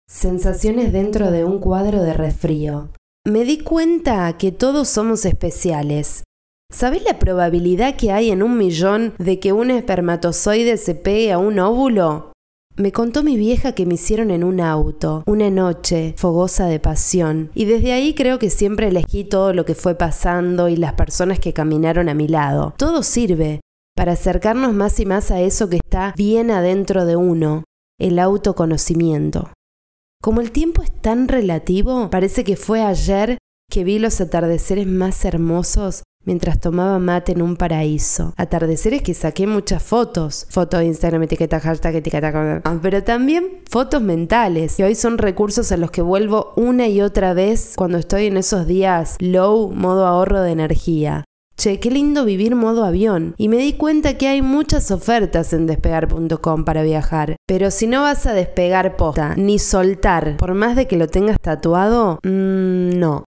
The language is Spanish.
Sensaciones dentro de un cuadro de resfrío. Me di cuenta que todos somos especiales. ¿Sabés la probabilidad que hay en 1.000.000 de que un espermatozoide se pegue a un óvulo? Me contó mi vieja que me hicieron en un auto, una noche fogosa de pasión, y desde ahí creo que siempre elegí todo lo que fue pasando y las personas que caminaron a mi lado. Todo sirve para acercarnos más y más a eso que está bien adentro de uno, el autoconocimiento. Como el tiempo es tan relativo, parece que fue ayer que vi los atardeceres más hermosos mientras tomaba mate en un paraíso. Atardeceres que saqué muchas fotos. Foto de Instagram, etiqueta, hashtag, etiqueta. Pero también fotos mentales, que hoy son recursos a los que vuelvo una y otra vez cuando estoy en esos días low, modo ahorro de energía. Che, qué lindo vivir modo avión. Y me di cuenta que hay muchas ofertas en despegar.com para viajar. Pero si no vas a despegar posta, ni soltar, por más de que lo tengas tatuado, no.